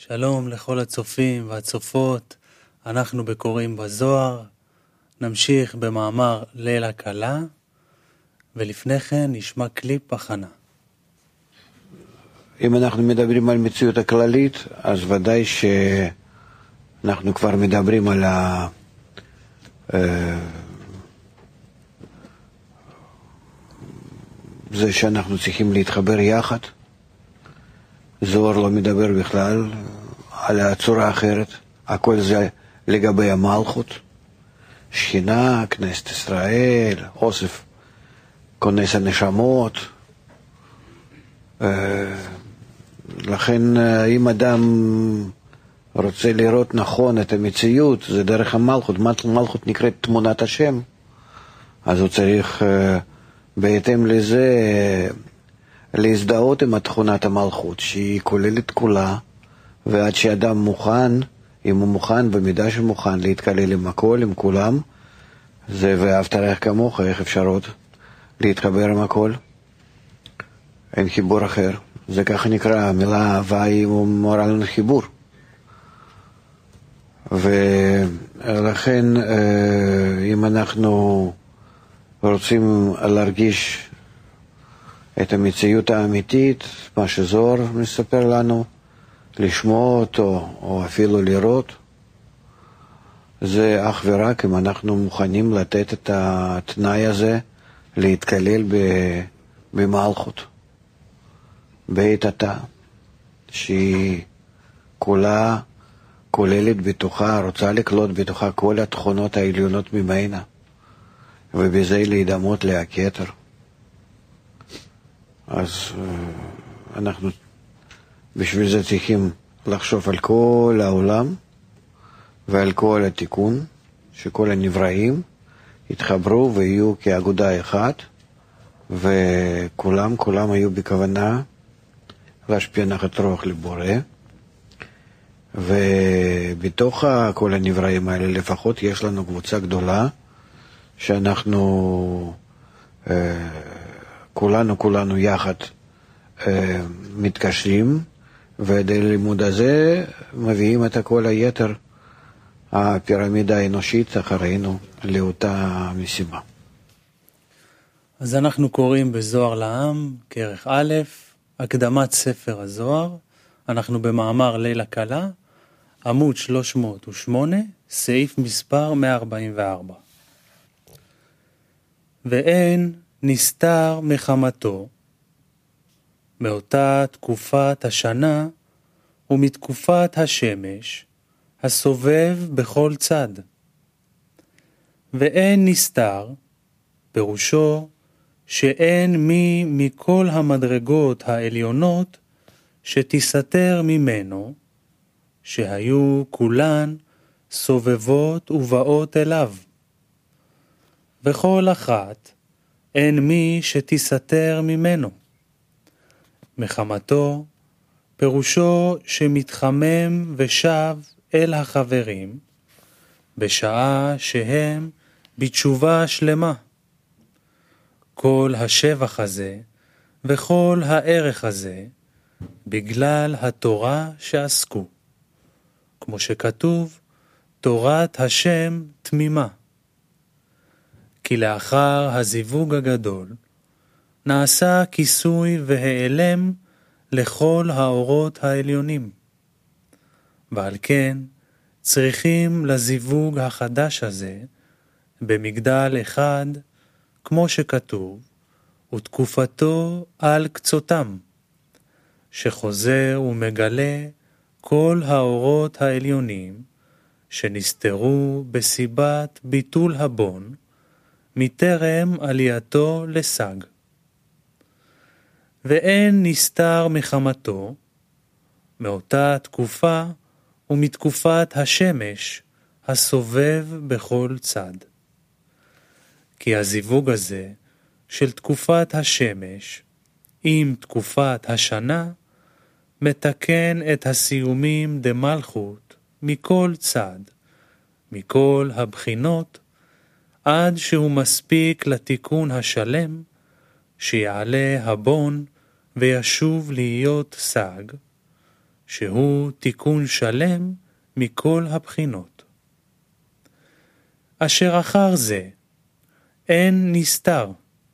שלום לכל הצופים והצופות, אנחנו בקוראים בזוהר, נמשיך במאמר ליל הקלה, ולפני כן נשמע קליפ הכנה. אם אנחנו מדברים על מציאות הכללית, אז ודאי שאנחנו כבר מדברים על זה שאנחנו צריכים להתחבר יחד. זוהר לא מדבר בכלל על הצורה אחרת, הכל זה לגבי המלכות, שכינה, כנסת ישראל, אוסף, כונס הנשמות. לכן אם אדם רוצה לראות נכון את המציאות, זה דרך המלכות. מלכות נקראת תמונת השם, אז הוא צריך בהתאם לזה להזדהות עם תכונת המלכות שהיא כוללת כולה, ועד שאדם מוכן, אם הוא מוכן במידה שמוכן להתקלל עם הכל, עם כולם, זה ואהבת רעך כמוך, איך אפשר עוד להתחבר עם הכל? אין חיבור אחר. זה ככה נקרא, המילה אהבה היא מורה לנו חיבור. ולכן אם אנחנו רוצים להרגיש את המציאות האמיתית, מה שזוהר מספר לנו, לשמוע אותו או אפילו לראות, זה אך ורק אם אנחנו מוכנים לתת את התנאי הזה להתקלל במלכות, בעת התא, שהיא כולה כוללת בתוכה, רוצה לקלוט בתוכה כל התכונות העליונות ממנה, ובזה להידמות להכתר. אז אנחנו בשביל זה צריכים לחשוב על כל העולם ועל כל התיקון, שכל הנבראים יתחברו ויהיו כאגודה אחת, וכולם היו בכוונה להשפיע נחת רוח לבורא. ובתוך כל הנבראים האלה לפחות יש לנו קבוצה גדולה שאנחנו כולנו יחד מתקשרים, ועדי לימוד הזה מביאים את כל היתר, הפירמידה האנושית אחרינו לאותה משימה. אז אנחנו קוראים בזוהר לעם, כרך א', הקדמת ספר הזוהר. אנחנו במאמר ליל הקלה, עמוד 308, סעיף מספר 144. ואין נסתר מחמתו מאותה תקופת השנה ומתקופת השמש הסובב בכל צד. ואין נסתר פירושו שאין מי מכל המדרגות העליונות שתסתר ממנו, שהיו כולן סובבות ובאות אליו, וכל אחת אין מי שתסתר ממנו. מחמתו פירושו שמתחמם ושב אל החברים בשעה שהם בתשובה שלמה. כל השבח הזה וכל הערך הזה בגלל התורה שעסקו, כמו שכתוב, תורת השם תמימה. כי לאחר הזיווג הגדול נעשה כיסוי והיעלם לכל האורות העליונים, ועל כן צריכים לזיווג החדש הזה במגדל אחד, כמו שכתוב, ותקופתו על קצותם, שחוזר ומגלה כל האורות העליונים שנסתרו בסיבת ביטול הבון מטרם עלייתו לסג. ואין נסתר מחמתו מאותה תקופה ומתקופת השמש הסובב בכל צד. כי הזיווג הזה של תקופת השמש עם תקופת השנה מתקן את הסיומים דמלכות מכל צד, מכל הבחינות, עד שהוא מספיק לתיקון השלם, שיעלה הבון וישוב להיות סג, שהוא תיקון שלם מכל הבחינות. אשר אחר זה אין נסתר,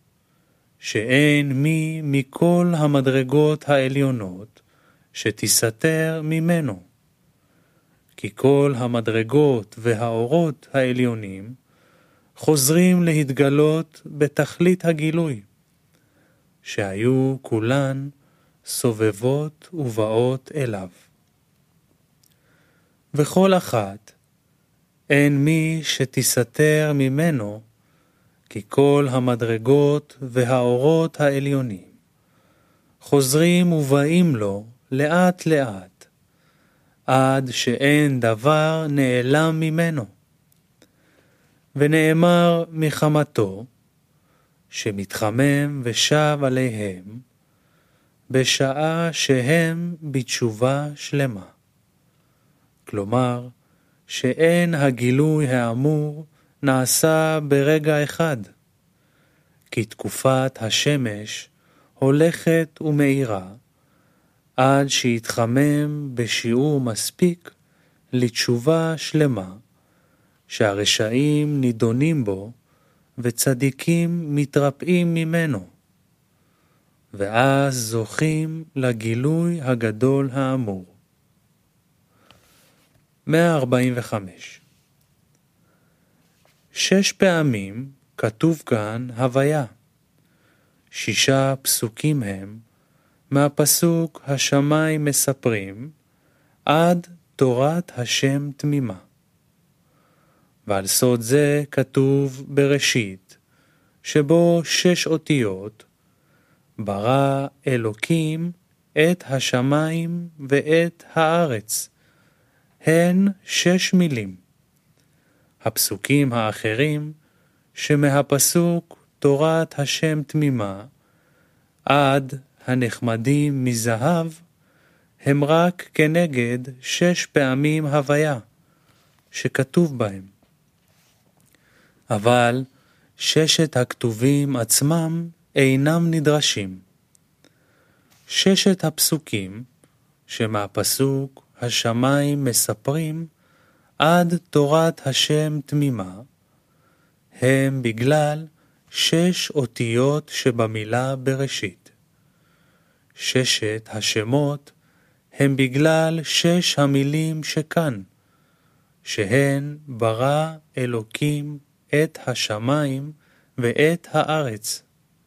שאין מי מכל המדרגות העליונות שתסתר ממנו, כי כל המדרגות והאורות העליונים חוזרים להתגלות בתכלית הגילוי, שהיו כולן סובבות ובאות אליו. וכל אחת אין מי שתסתר ממנו, כי כל המדרגות והאורות העליונים חוזרים ובאים לו לאט לאט, עד שאין דבר נעלם ממנו. ונאמר מחמתו, שמתחמם ושב עליהם, בשעה שהם בתשובה שלמה. כלומר, שאין הגילוי האמור נעשה ברגע אחד, כי תקופת השמש הולכת ומאירה, עד שיתחמם בשיעור מספיק לתשובה שלמה, שהרשעים נידונים בו וצדיקים מתרפאים ממנו, ואז זוכים לגילוי הגדול האמור. 145. 6 פעמים כתוב כאן הוויה. 6 פסוקים הם מהפסוק השמיים מספרים עד תורת השם תמימה. ועל סוד זה כתוב בראשית, שבו 6 אותיות, ברא אלוקים את השמיים ואת הארץ, הן 6 מילים. הפסוקים האחרים שמהפסוק תורת השם תמימה עד הנחמדים מזהב הם רק כנגד 6 פעמים הוויה שכתוב בהם. אבל 6 הכתובים עצמם אינם נדרשים. 6 הפסוקים שמהפסוק השמיים מספרים עד תורת השם תמימה הם בגלל 6 אותיות שבמילה בראשית. 6 השמות הם בגלל 6 המילים שכאן, שהן ברא אלוקים את השמיים ואת הארץ.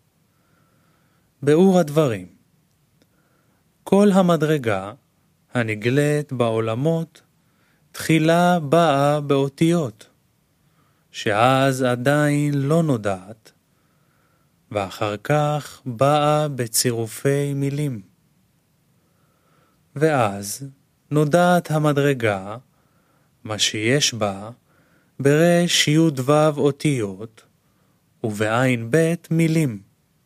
באור הדברים, כל המדרגה הנגלית בעולמות תחילה באה באותיות, שאז עדיין לא נודעת, ואחר כך באה בצירופי מילים. ואז נודעת המדרגה, מה שיש בה, ברש י' ו' אותיות, ובעין ב' מילים.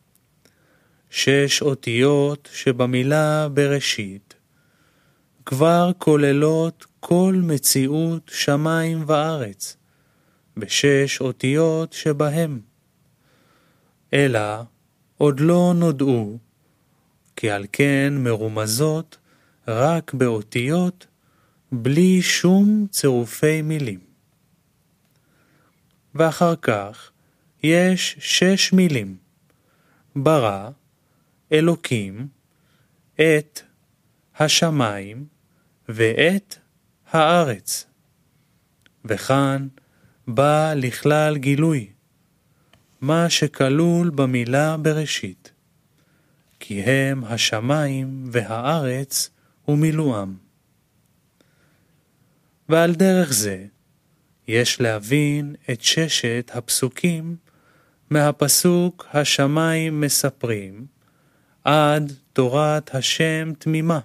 6 אותיות שבמילה בראשית, כבר כוללות כל מציאות שמיים וארץ, ב6 אותיות שבהם. אלא עוד לא נודעו, כי על כן מרומזות רק באותיות, בלי שום צירופי מילים. ואחר כך יש 6 מילים, ברא, אלוקים, את השמיים ואת הארץ. וכאן בא לכלל גילוי, מה שכלול במילה בראשית, כי הם השמיים והארץ ומילואם. ועל דרך זה יש להבין את 6 הפסוקים מהפסוק השמיים מספרים עד תורת השם תמימה,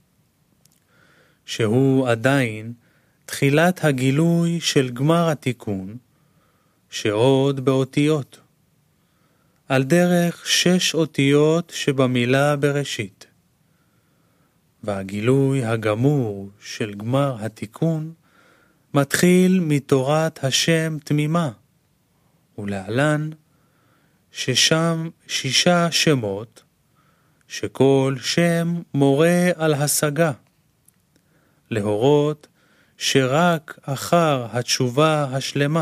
שהוא עדיין תחילת הגילוי של גמר התיקון, שעוד באותיות, על דרך 6 אותיות שבמילה בראשית. והגילוי הגמור של גמר התיקון מתחיל מתורת השם תמימה, ולהלן ששם 6 שמות, שכל שם מורה על השגה, להורות שרק אחר התשובה השלמה,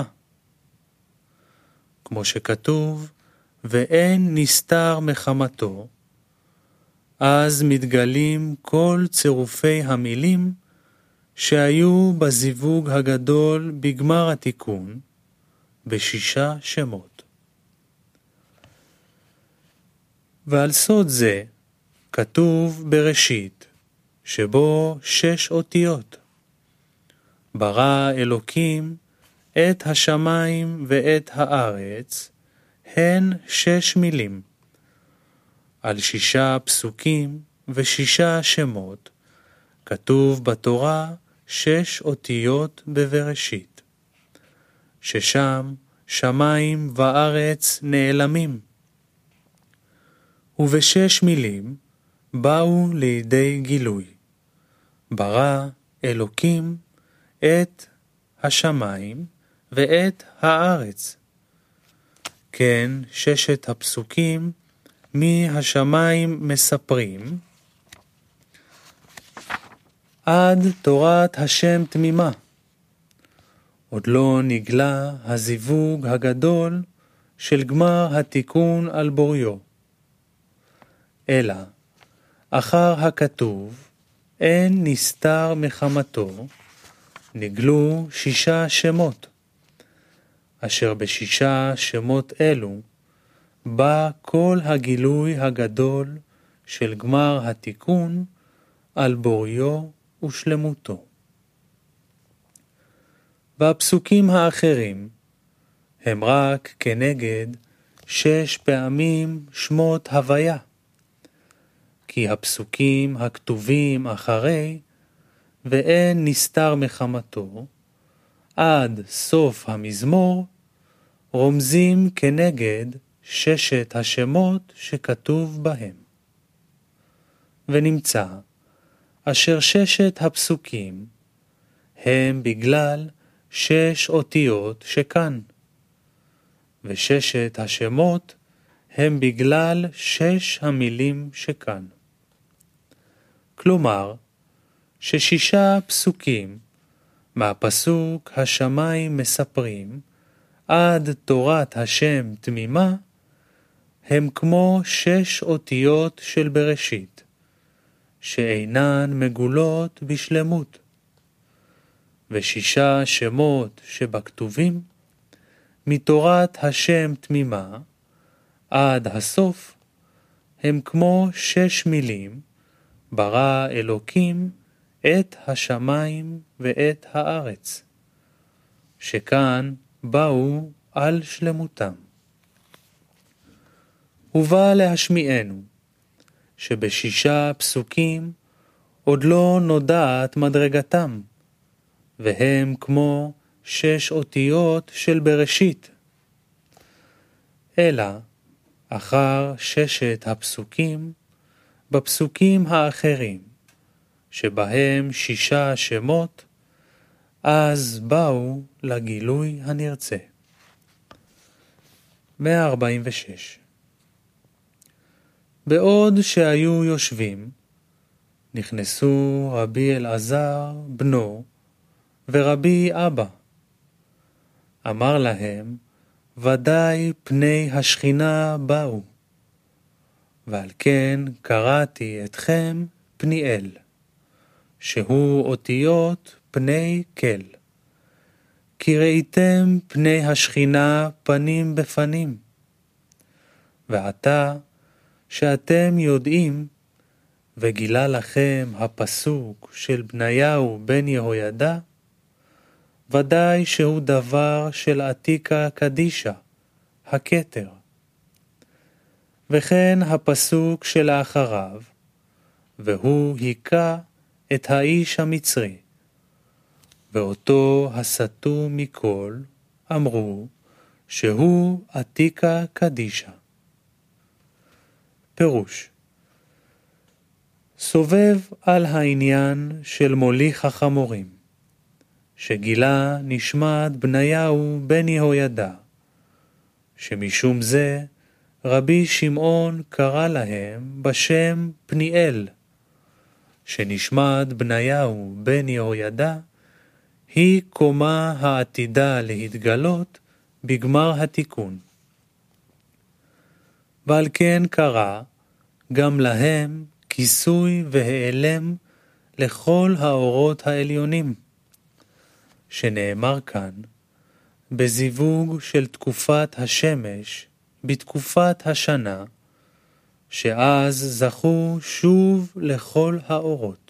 כמו שכתוב, ואין נסתר מחמתו, אז מתגלים כל צירופי המילים שהיו בזיווג הגדול בגמר התיקון, בשישה שמות. ועל סוד זה כתוב בראשית, שבו 6 אותיות. ברא אלוקים את השמיים ואת הארץ, הן 6 מילים. על 6 פסוקים ו6 שמות, כתוב בתורה 6 אותיות בבראשית, ששם שמיים וארץ נעלמים, וב6 מילים באו לידי גילוי. ברא אלוקים את השמיים ואת הארץ. כן, 6 הפסוקים מהשמיים מספרים עד תורת השם תמימה. עוד לא נגלה הזיווג הגדול של גמר התיקון על בוריו. אלא, אחר הכתוב, אין נסתר מחמתו, נגלו 6 שמות, אשר ב6 שמות אלו, בא כל הגילוי הגדול של גמר התיקון על בוריו ושלמותו. והפסוקים האחרים הם רק כנגד 6 פעמים שמות הוויה, כי הפסוקים הכתובים אחרי ואין נסתר מחמתו עד סוף המזמור רומזים כנגד 6 השמות שכתוב בהם. ונמצא אשר 6 הפסוקים הם בגלל 6 אותיות שכאן, ו6 השמות הם בגלל 6 המילים שכאן. כלומר, ש6 פסוקים מהפסוק השמיים מספרים עד תורת השם תמימה הם כמו 6 אותיות של בראשית, שאינן מגולות בשלמות, ו6 שמות שבכתובים מתורת השם תמימה עד הסוף הם כמו 6 מילים, ברא אלוקים את השמיים ואת הארץ, שכאן באו על שלמותם. ובא להשמיענו, שב6 פסוקים עוד לא נודעת מדרגתם, והם כמו 6 אותיות של בראשית. אלא, אחר 6 הפסוקים, בפסוקים האחרים, שבהם 6 שמות, אז באו לגילוי הנרצה. 146. בעוד שהיו יושבים, נכנסו רבי אלעזר בנו ורבי אבא. אמר להם, ודאי פני השכינה באו, ועל כן קראתי אתכם פניאל, שהוא אותיות פני כל. כי ראיתם פני השכינה פנים בפנים. ועתה שאתם יודעים, וגילה לכם הפסוק של בניהו בן יהוידע, ודאי שהוא דבר של עתיקה קדישה, הכתר. וכן הפסוק שלאחריו, והוא היכה את האיש המצרי, ואותו הסתו מכל, אמרו שהוא עתיקה קדישה. פירוש: סובב על העניין של מוליך החמורים, שגילה נשמת בניהו בן יהוידע, שמשום זה רבי שמעון קרא להם בשם פניאל, שנשמת בניהו בן יהוידע היא קומה העתידה להתגלות בגמר התיקון. ועל כן קרא גם להם כיסוי והיעלם לכל האורות העליונים, שנאמר כאן בזיווג של תקופת השמש בתקופת השנה, שאז זכו שוב לכל האורות.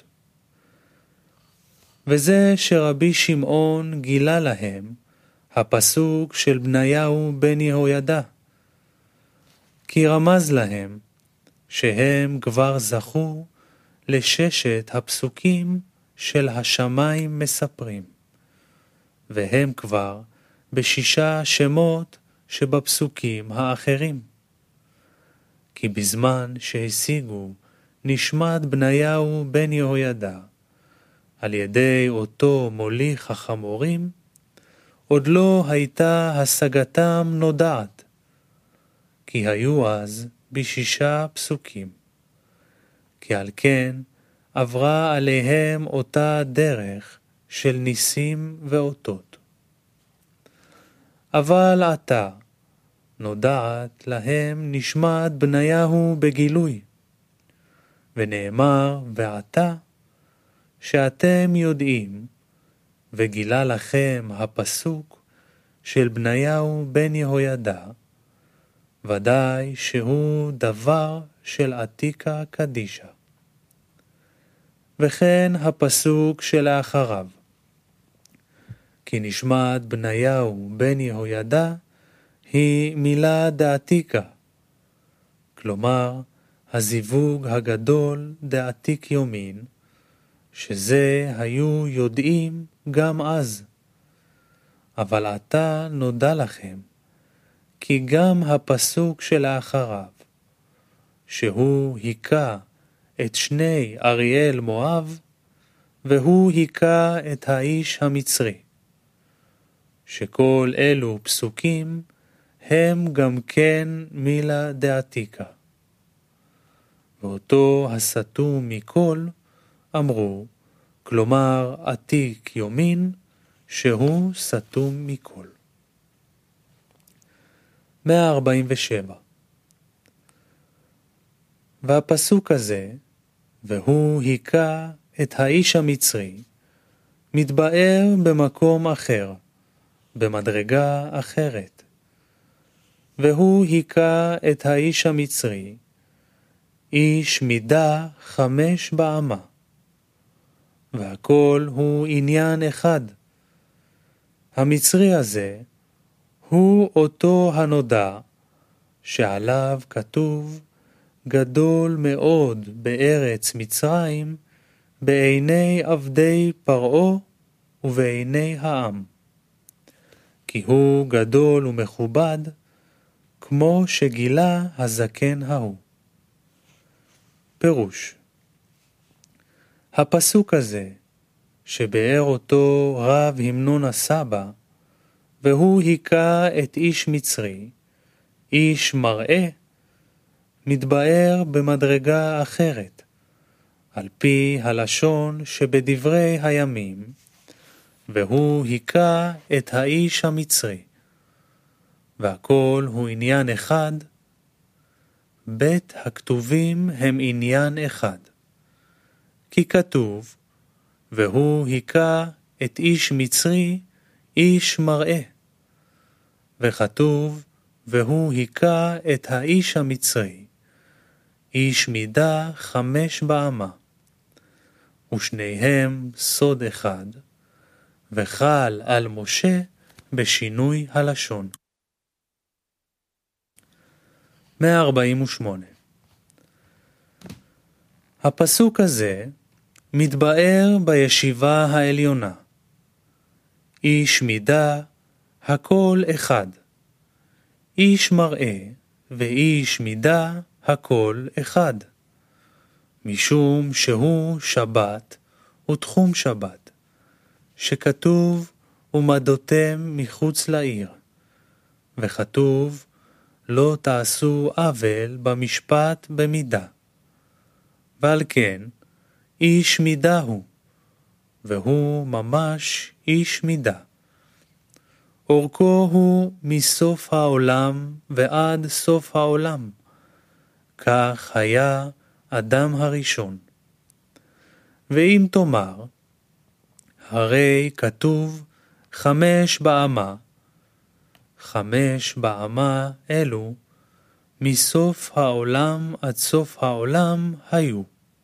וזה שרבי שמעון גילה להם הפסוק של בניהו בן יהוידע, כי רמז להם שהם כבר זכו לששת הפסוקים של השמיים מספרים, והם כבר בשישה שמות שבפסוקים האחרים. כי בזמן שהשיגו נשמת בניהו בן יהוידע על ידי אותו מוליך החמורים, עוד לא הייתה השגתם נודעת, כי היו אז בשישה פסוקים. כי על כן עברה עליהם אותה דרך של ניסים ואותות. אבל עתה נודעת להם נשמת בניהו בגילוי, ונאמר ועתה שאתם יודעים, וגילה לכם הפסוק של בניהו בן יהוידע, ודאי שהוא דבר של עתיקה קדישה. וכן הפסוק שלאחריו, כי נשמת בניהו בן יהוידע היא מילה דעתיקה, כלומר הזיווג הגדול דעתיק יומין, שזה היו יודעים גם אז. אבל עתה נודע לכם, כי גם הפסוק שלאחריו, שהוא היכה את שני אריאל מואב, והוא היכה את האיש המצרי, שכל אלו פסוקים הם גם כן מילה דעתיקה. ואותו הסתו מכל אמרו, כלומר עתיק יומין, שהוא סתום מכל. 147. והפסוק הזה, והוא היכה את האיש המצרי, מתבאר במקום אחר, במדרגה אחרת. והוא היכה את האיש המצרי, איש מידה 5 באמה, והכל הוא עניין אחד. המצרי הזה הוא אותו הנודע, שעליו כתוב גדול מאוד בארץ מצרים, בעיני עבדי פרעה ובעיני העם. כי הוא גדול ומכובד, כמו שגילה הזקן ההוא. פירוש: הפסוק הזה, שבאר אותו רב המנון הסבא, והוא היכה את איש מצרי, איש מראה, מתבאר במדרגה אחרת, על פי הלשון שבדברי הימים, והוא היכה את האיש המצרי. והכל הוא עניין אחד, בית הכתובים הם עניין אחד. כי כתוב, והוא היכה את איש מצרי, איש מראה. וכתוב, והוא היכה את האיש המצרי, איש מידה 5 באמה. ושניהם סוד אחד, וחל על משה בשינוי הלשון. 148. הפסוק הזה מתבאר בישיבה העליונה. איש מידה, הכל אחד. איש מראה ואיש מידה, הכל אחד. משום שהוא שבת ותחום שבת, שכתוב ומדותם מחוץ לעיר, וכתוב לא תעשו עוול במשפט במידה. ועל כן איש מידה הוא, והוא ממש איש מידה. אורכו הוא מסוף העולם ועד סוף העולם. כך היה אדם הראשון. ואם תאמר, הרי כתוב 5 באמה, 5 באמה אלו, מסוף העולם עד סוף העולם היו.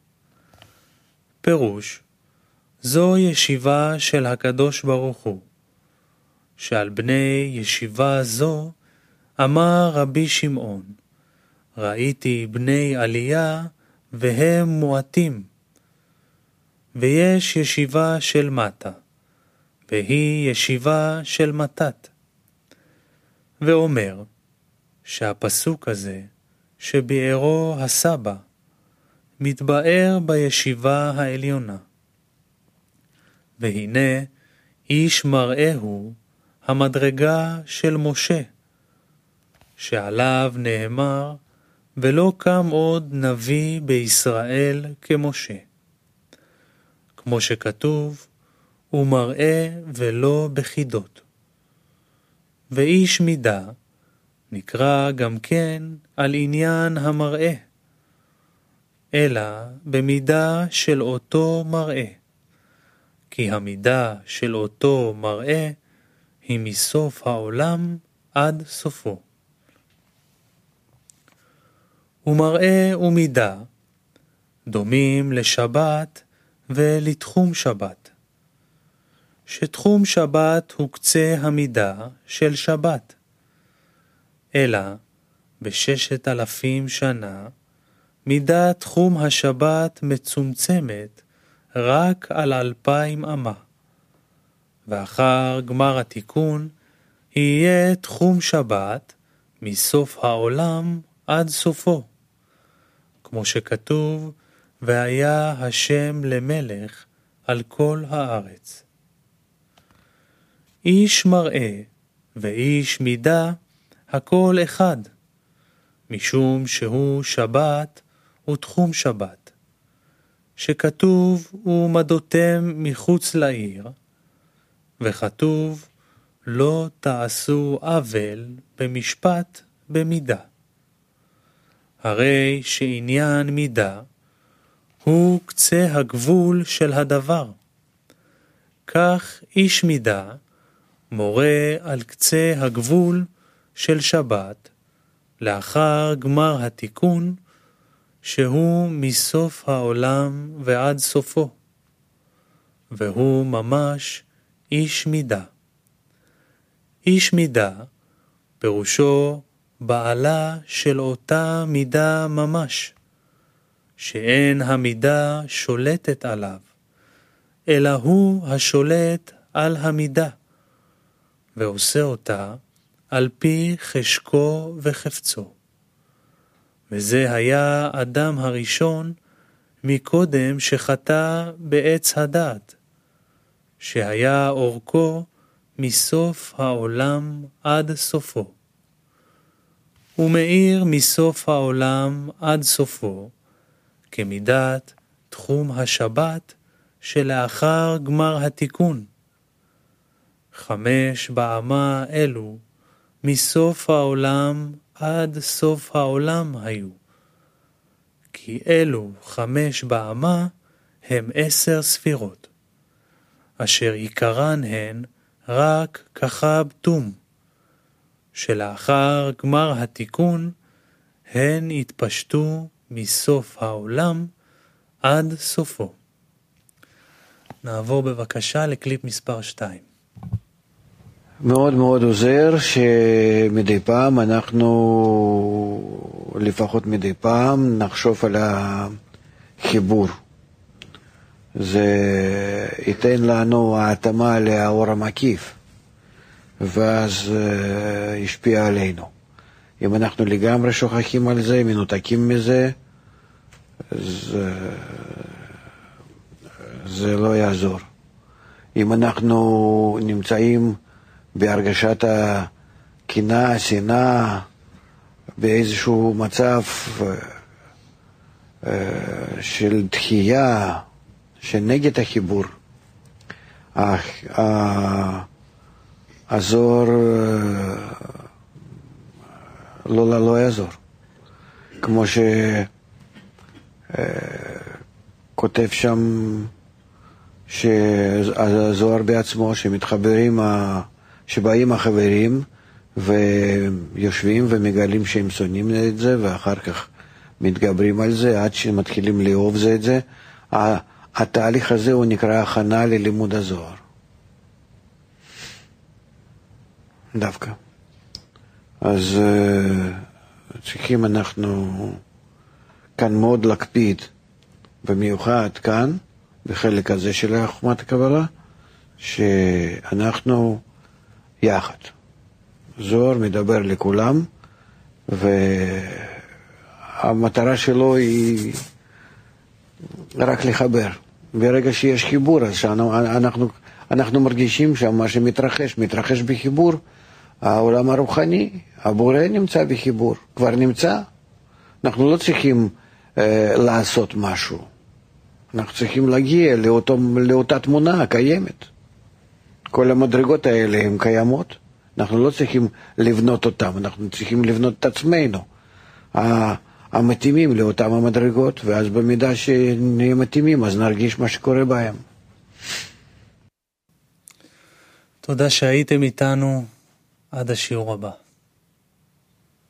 פירוש, זו ישיבה של הקדוש ברוך הוא, שעל בני ישיבה זו אמר רבי שמעון, ראיתי בני עלייה והם מועטים, ויש ישיבה של מטה, והיא ישיבה של מתת. ואומר שהפסוק הזה שביארו הסבא מתבאר בישיבה העליונה. והנה איש מראהו המדרגה של משה, שעליו נאמר, ולא קם עוד נביא בישראל כמשה. כמו שכתוב, הוא מראה ולא בחידות. ואיש מידה נקרא גם כן על עניין המראה, אלא במידה של אותו מראה, כי המידה של אותו מראה היא מסוף העולם עד סופו. ומראה ומידה דומים לשבת ולתחום שבת, שתחום שבת הוא קצה המידה של שבת, אלא ב6,000 שנה מידת תחום השבת מצומצמת רק על 2,000 אמה, ואחר גמר התיקון יהיה תחום שבת מסוף העולם עד סופו, כמו שכתוב, והיה השם למלך על כל הארץ. איש מראה ואיש מידה הכל אחד, משום שהוא שבת ותחום שבת, שכתוב ומדותם מחוץ לעיר, וכתוב לא תעשו עוול במשפט במידה. הרי שעניין מידה הוא קצה הגבול של הדבר. כך איש מידה מורה על קצה הגבול של שבת לאחר גמר התיקון, שהוא מסוף העולם ועד סופו, והוא ממש איש מידה. איש מידה פירושו בעלה של אותה מידה ממש, שאין המידה שולטת עליו, אלא הוא השולט על המידה, ועושה אותה על פי חשקו וחפצו. וזה היה אדם הראשון מקודם שחטא בעץ הדעת, שהיה אורכו מסוף העולם עד סופו. ומאיר מסוף העולם עד סופו, כמידת תחום השבת שלאחר גמר התיקון. 5 באמה אלו מסוף העולם עד סוף העולם היו, כי אלו 5 באמה הם 10 ספירות, אשר עיקרן הן רק כחב תום, שלאחר גמר התיקון הן התפשטו מסוף העולם עד סופו. נעבור בבקשה לקליפ מספר 2. מאוד מאוד עוזר שמדי פעם אנחנו, לפחות מדי פעם, נחשוב על החיבור. זה ייתן לנו העתמה לאור המקיף, ואז ישפיע עלינו. אם אנחנו לגמרי שוכחים על זה, מנותקים מזה, זה לא יעזור. אם אנחנו נמצאים בהרגשת הקנאה, שנאה, באיזשהו מצב של דחייה, שנגד החיבור, הזוהר לא יעזור. כמו שכותב שם שהזוהר בעצמו, שמתחברים, שבאים החברים ויושבים ומגלים שהם שונאים את זה, ואחר כך מתגברים על זה עד שמתחילים לאהוב זה את זה. התהליך הזה הוא נקרא הכנה ללימוד הזוהר. דווקא. אז צריכים אנחנו כאן מאוד להקפיד, במיוחד כאן, בחלק הזה של חוכמת הקבלה, שאנחנו יחד. זוהר מדבר לכולם, והמטרה שלו היא רק לחבר. ברגע שיש חיבור, אז אנחנו מרגישים שמה מתרחש בחיבור, העולם הרוחני, הבורא נמצא בחיבור, כבר נמצא. אנחנו לא צריכים לעשות משהו. אנחנו צריכים להגיע לאותה תמונה הקיימת. כל המדרגות האלה הן קיימות. אנחנו לא צריכים לבנות אותם, אנחנו צריכים לבנות את עצמנו. המתאימים לאותם המדרגות, ואז במידה שנהיה מתאימים, אז נרגיש מה שקורה בהם. תודה שהייתם איתנו. עד השיעור הבא.